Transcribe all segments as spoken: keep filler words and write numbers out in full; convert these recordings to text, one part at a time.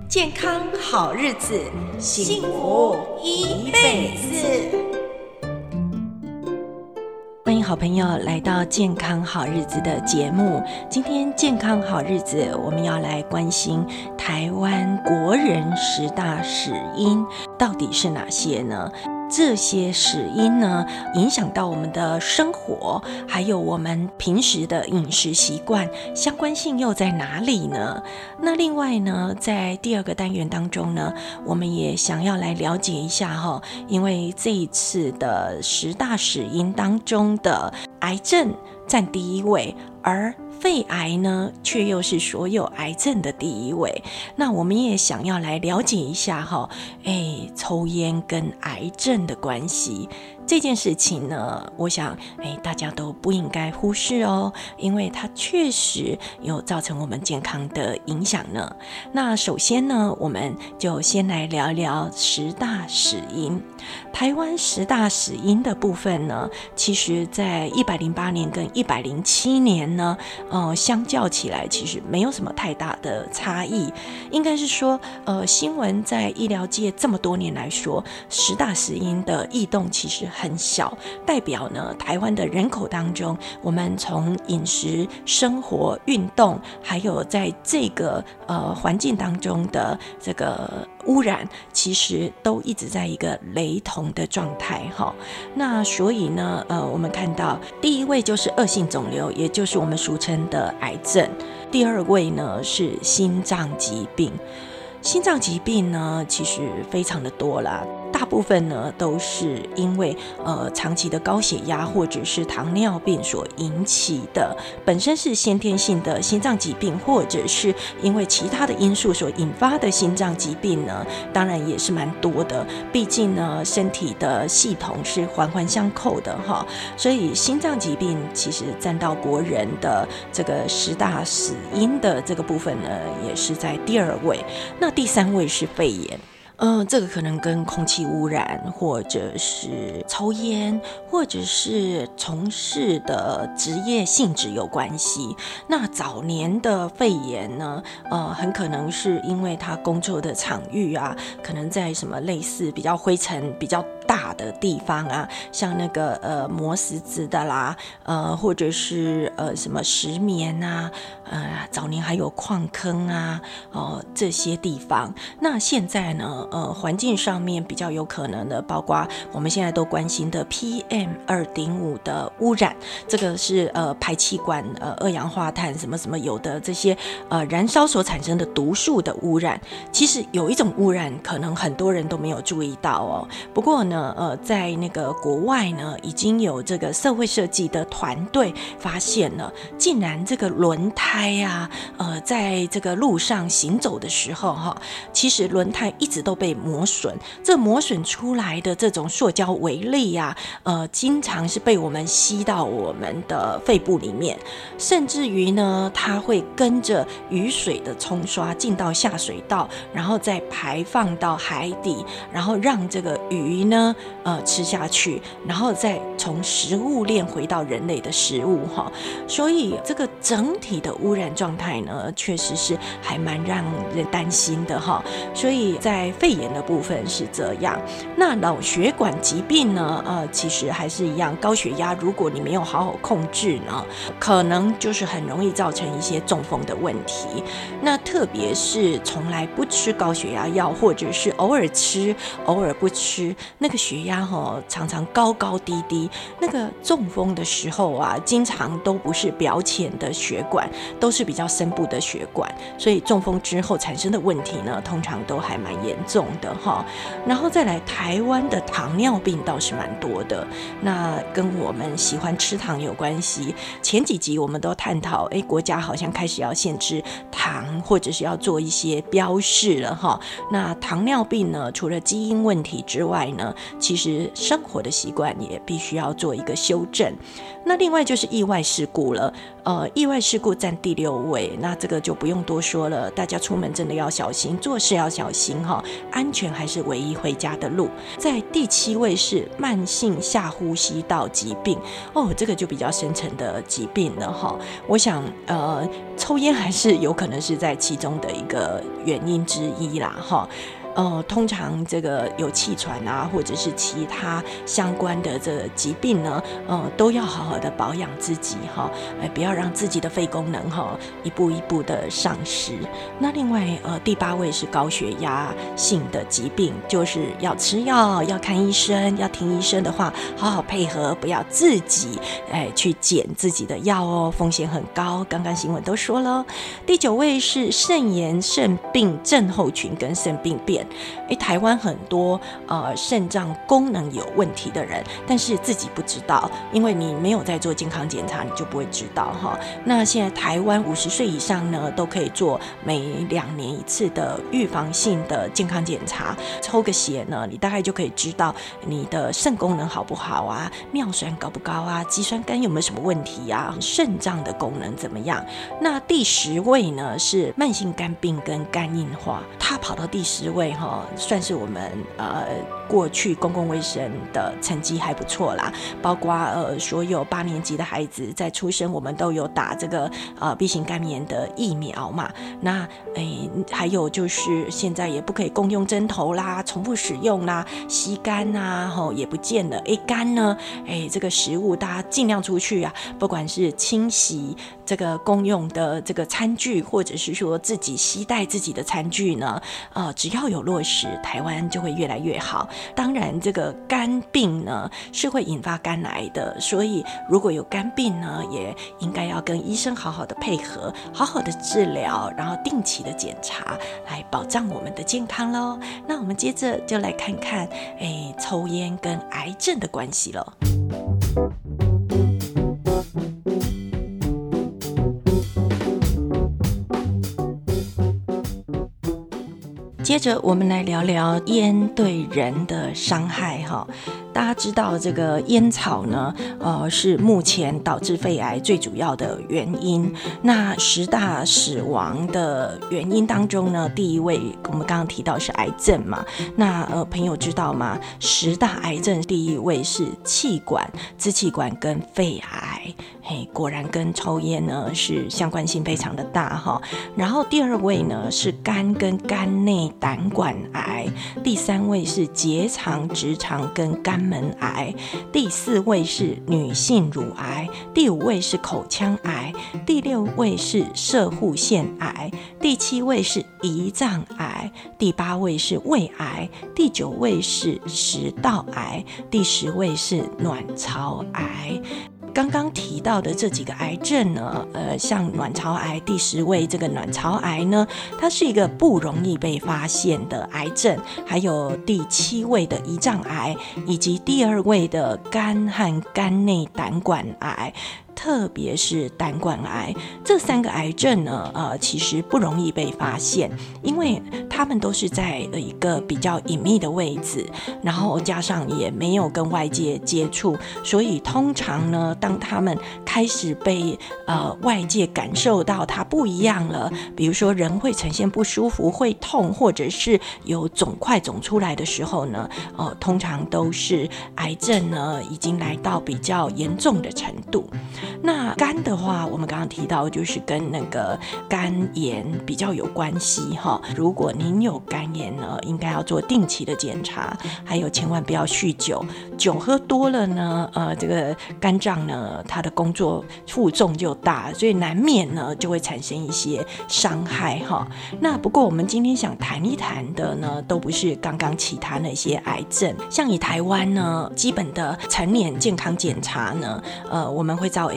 健康好日子，幸福一辈子。欢迎好朋友来到健康好日子的节目。今天健康好日子，我们要来关心台湾国人十大死因到底是哪些呢？这些死因呢，影响到我们的生活，还有我们平时的饮食习惯，相关性又在哪里呢？那另外呢，在第二个单元当中呢，我们也想要来了解一下哈，因为这一次的十大死因当中的癌症占第一位，而肺癌呢，却又是所有癌症的第一位。那我们也想要来了解一下哈，哎，抽烟跟癌症的关系。这件事情呢，我想哎，大家都不应该忽视哦，因为它确实有造成我们健康的影响呢。那首先呢，我们就先来聊聊十大死因。台湾十大死因的部分呢，其实在一百零八年跟一百零七年呢，呃，相较起来其实没有什么太大的差异。应该是说，呃，新闻在医疗界这么多年来说，十大死因的异动其实很小，代表呢，台湾的人口当中，我们从饮食、生活、运动，还有在这个呃环境当中的这个污染，其实都一直在一个雷同的状态哈。那所以呢，呃，我们看到第一位就是恶性肿瘤，也就是我们俗称的癌症；第二位呢是心脏疾病。心脏疾病呢，其实非常的多啦。大部分呢都是因为呃长期的高血压或者是糖尿病所引起的，本身是先天性的心脏疾病，或者是因为其他的因素所引发的心脏疾病呢，当然也是蛮多的。毕竟呢，身体的系统是环环相扣的哈，所以心脏疾病其实占到国人的这个十大死因的这个部分呢，也是在第二位。那第三位是肺炎。嗯、呃，这个可能跟空气污染，或者是抽烟，或者是从事的职业性质有关系。那早年的肺炎呢，呃，很可能是因为他工作的场域啊，可能在什么类似比较灰尘比较大的地方啊，像那个呃磨石子的啦，呃，或者是呃什么石棉啊，呃，早年还有矿坑啊，哦、呃、这些地方。那现在呢？呃，环境上面比较有可能的，包括我们现在都关心的 P M 二点五 的污染，这个是呃排气管呃二氧化碳什么什么有的这些呃燃烧所产生的毒素的污染。其实有一种污染，可能很多人都没有注意到哦。不过呢，呃，在那个国外呢，已经有这个社会设计的团队发现了，竟然这个轮胎啊，呃，在这个路上行走的时候哈，其实轮胎一直都被磨损，这磨损出来的这种塑胶微粒啊，呃，经常是被我们吸到我们的肺部里面，甚至于呢，它会跟着雨水的冲刷进到下水道，然后再排放到海底，然后让这个鱼呢，呃，吃下去，然后再从食物链回到人类的食物哈。所以这个整体的污染状态呢，确实是还蛮让人担心的哈。所以在肺炎的部分是这样，那脑血管疾病呢？呃，其实还是一样，高血压如果你没有好好控制呢，可能就是很容易造成一些中风的问题。那特别是从来不吃高血压药，或者是偶尔吃、偶尔不吃，那个血压哦常常高高低低，那个中风的时候啊，经常都不是表浅的血管，都是比较深部的血管，所以中风之后产生的问题呢，通常都还蛮严重的哈。然后再来，台湾的糖尿病倒是蛮多的，那跟我们喜欢吃糖有关系。前几集我们都探讨，哎，国家好像开始要限制糖，或者是要做一些标示了哈。那糖尿病呢，除了基因问题之外呢， 其实生活的习惯也必须要做一个修正。那另外就是意外事故了，呃，意外事故占第六位，那这个就不用多说了，大家出门真的要小心，做事要小心哈，安全还是唯一回家的路。在第七位是慢性下呼吸道疾病，哦，这个就比较深层的疾病了哈。我想，呃，抽烟还是有可能是在其中的一个原因之一啦哈。呃，通常这个有气喘啊，或者是其他相关的这个疾病呢，呃，都要好好的保养自己哈，哎，不要让自己的肺功能哈一步一步的丧失。那另外，呃，第八位是高血压性的疾病，就是要吃药，要看医生，要听医生的话，好好配合，不要自己哎去减自己的药哦，风险很高。刚刚新闻都说了。第九位是肾炎、肾病症候群跟肾病变。诶，台湾很多呃肾脏功能有问题的人，但是自己不知道，因为你没有在做健康检查，你就不会知道哈。那现在台湾五十岁以上呢，都可以做每两年一次的预防性的健康检查，抽个血呢，你大概就可以知道你的肾功能好不好啊，尿酸高不高啊，肌酸酐有没有什么问题啊，肾脏的功能怎么样。那第十位呢是慢性肝病跟肝硬化，它跑到第十位算是我们呃过去公共卫生的成绩还不错啦，包括呃所有八年级的孩子在出生，我们都有打这个呃 B 型肝炎的疫苗嘛。那诶还有就是现在也不可以共用针头啦，重复使用啦，吸肝啊吼也不见了。诶肝呢，诶这个食物大家尽量出去啊，不管是清洗这个公用的这个餐具，或者是说自己携带自己的餐具呢，呃只要有落实，台湾就会越来越好。当然这个肝病呢是会引发肝癌的，所以如果有肝病呢，也应该要跟医生好好的配合，好好的治疗，然后定期的检查，来保障我们的健康咯。那我们接着就来看看诶抽烟跟癌症的关系了。接着我们来聊聊烟对人的伤害哈。大家知道这个烟草呢，呃，是目前导致肺癌最主要的原因。那十大死亡的原因当中呢，第一位我们刚刚提到是癌症嘛。那呃，朋友知道吗？十大癌症第一位是气管、支气管跟肺癌。嘿，果然跟抽烟呢是相关性非常的大哈。然后第二位呢是肝跟肝内胆管癌，第三位是结肠、直肠跟肝门癌，第四位是女性乳癌，第五位是口腔癌，第六位是攝護腺癌，第七位是胰脏癌，第八位是胃癌，第九位是食道癌，第十位是卵巢癌。刚刚提到的这几个癌症呢，呃，像卵巢癌第十位这个卵巢癌呢，它是一个不容易被发现的癌症，还有第七位的胰脏癌，以及第二位的肝和肝内胆管癌。特别是胆管癌，这三个癌症呢，呃，其实不容易被发现，因为他们都是在一个比较隐秘的位置，然后加上也没有跟外界接触，所以通常呢，当他们开始被呃外界感受到它不一样了，比如说人会呈现不舒服、会痛，或者是有肿块肿出来的时候呢，呃，通常都是癌症呢已经来到比较严重的程度。那肝的话，我们刚刚提到就是跟那个肝炎比较有关系哈。如果您有肝炎呢，应该要做定期的检查，还有千万不要酗酒，酒喝多了呢，呃，这个肝脏呢，它的工作负重就大，所以难免呢就会产生一些伤害哈。那不过我们今天想谈一谈的呢，都不是刚刚其他那些癌症，像以台湾呢，基本的成年健康检查呢，呃，我们会照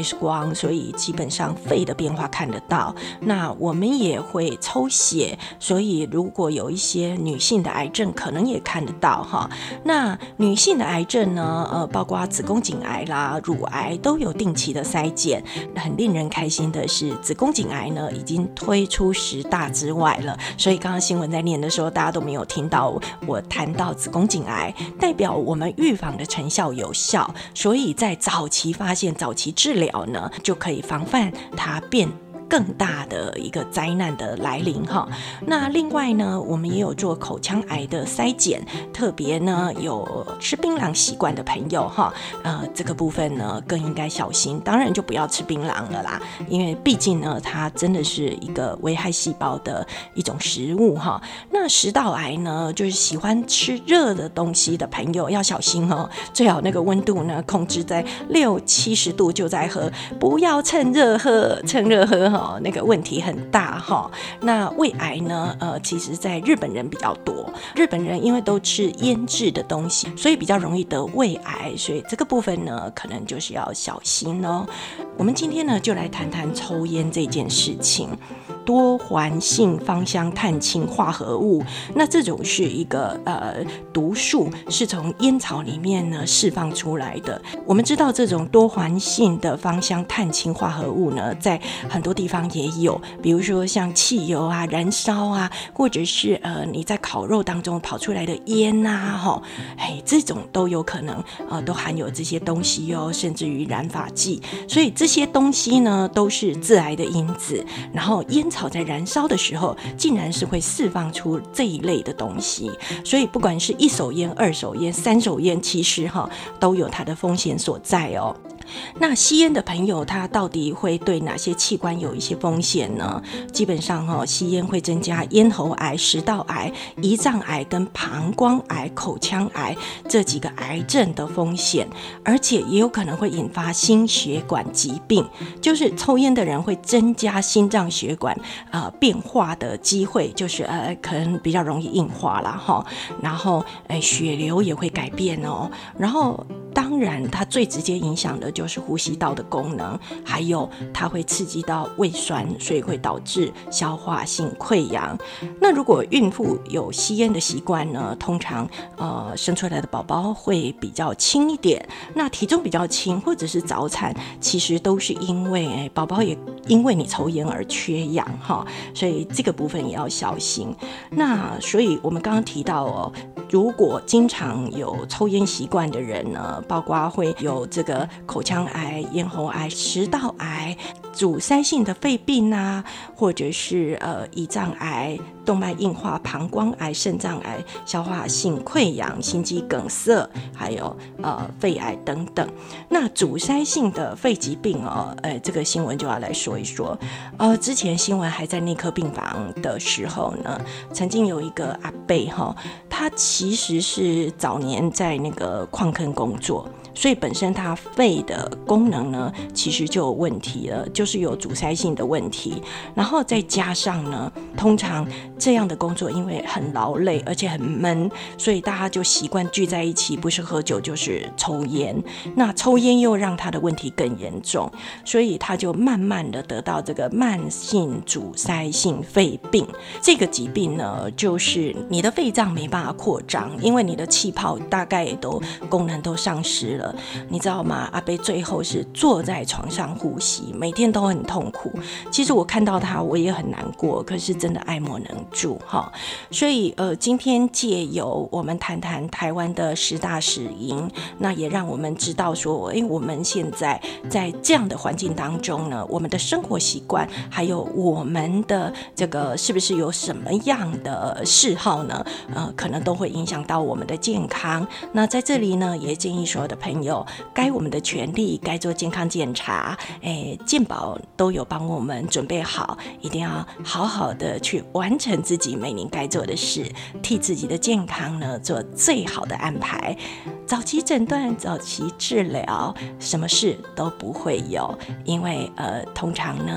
X 光，所以基本上肺的变化看得到。那我们也会抽血，所以如果有一些女性的癌症可能也看得到哈。那女性的癌症呢，呃，包括子宫颈癌啦、乳癌都有定期的筛检。很令人开心的是，子宫颈癌呢已经推出十大之外了，所以刚刚新闻在念的时候，大家都没有听到我谈到子宫颈癌，代表我们预防的成效有效，所以在早期发现、早期治疗呢，就可以防范它变更大的一个灾难的来临哈。那另外呢，我们也有做口腔癌的筛检，特别呢有吃槟榔习惯的朋友哈，呃，这个部分呢更应该小心。当然就不要吃槟榔了啦，因为毕竟呢它真的是一个危害细胞的一种食物哈。那食道癌呢，就是喜欢吃热的东西的朋友要小心哦，最好那个温度呢控制在六七十度就在喝，不要趁热喝，趁热喝哈。那个问题很大哈。那胃癌呢？呃，其实在日本人比较多，日本人因为都吃腌制的东西，所以比较容易得胃癌，所以这个部分呢，可能就是要小心哦。我们今天呢，就来谈谈抽烟这件事情。多环性芳香碳氢化合物，那这种是一个呃毒素，是从烟草里面呢释放出来的。我们知道这种多环性的芳香碳氢化合物呢，在很多地方也有，比如说像汽油啊、燃烧啊，或者是呃你在烤肉当中跑出来的烟啊，吼，哎，这种都有可能呃都含有这些东西哦，甚至于染发剂。所以这些东西呢，都是致癌的因子。然后烟草在燃烧的时候，竟然是会释放出这一类的东西，所以不管是一手烟、二手烟、三手烟，其实哈都有它的风险所在哦。那吸烟的朋友，他到底会对哪些器官有一些风险呢？基本上哈、哦，吸烟会增加咽喉癌、食道癌、胰脏癌跟膀胱癌、口腔癌这几个癌症的风险，而且也有可能会引发心血管疾病，就是抽烟的人会增加心脏血管呃变化的机会，就是呃可能比较容易硬化啦哈，然后呃血流也会改变哦，然后当然它最直接影响的就是呼吸道的功能，还有它会刺激到胃酸，所以会导致消化性溃疡。那如果孕妇有吸烟的习惯呢，通常呃生出来的宝宝会比较轻一点，那体重比较轻或者是早产，其实都是因为哎宝宝也因为你抽烟而缺氧哈，所以这个部分也要小心。那所以我们刚刚提到哦，如果经常有抽烟习惯的人呢，包括会有这个口腔癌、咽喉癌、食道癌、阻塞性的肺病啊，或者是呃胰脏癌、动脉硬化、膀胱癌、肾脏癌、消化性溃疡、心肌梗塞，还有呃肺癌等等。那阻塞性的肺疾病哦，呃这个新闻就要来说一说。呃，之前新闻还在内科病房的时候呢，曾经有一个阿伯哈，他其实是早年在那个矿坑工作。所以本身它肺的功能呢，其实就有问题了，就是有阻塞性的问题。然后再加上呢，通常这样的工作因为很劳累，而且很闷，所以大家就习惯聚在一起，不是喝酒就是抽烟。那抽烟又让他的问题更严重，所以他就慢慢的得到这个慢性阻塞性肺病。这个疾病呢，就是你的肺脏没办法扩张，因为你的气泡大概也都功能都丧失了。你知道吗？阿伯最后是坐在床上呼吸，每天都很痛苦。其实我看到他我也很难过，可是真的爱莫能助哈。所以呃，今天借由我们谈谈台湾的十大死因，那也让我们知道说，哎，我们现在在这样的环境当中呢，我们的生活习惯，还有我们的这个是不是有什么样的嗜好呢？呃，可能都会影响到我们的健康。那在这里呢，也建议所有的朋友，该我们的权利，该做健康检查，哎，健保都有帮我们准备好，一定要好好的去完成自己每年该做的事，替自己的健康呢做最好的安排。早期诊断、早期治疗，什么事都不会有，因为呃，通常呢。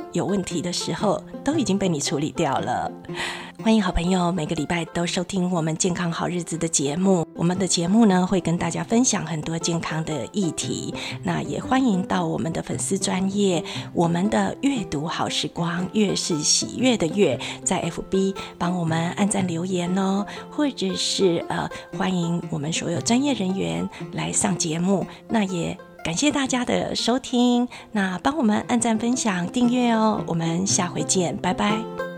有问题的时候，都已经被你处理掉了。欢迎好朋友每个礼拜都收听我们健康好日子的节目，我们的节目呢会跟大家分享很多健康的议题，那也欢迎到我们的粉丝专页，我们的阅读好时光，悦是喜悦的悦，在 F B 帮我们按赞留言哦，或者是呃欢迎我们所有专业人员来上节目，那也感谢大家的收听，那帮我们按赞分享订阅哦，我们下回见，拜拜。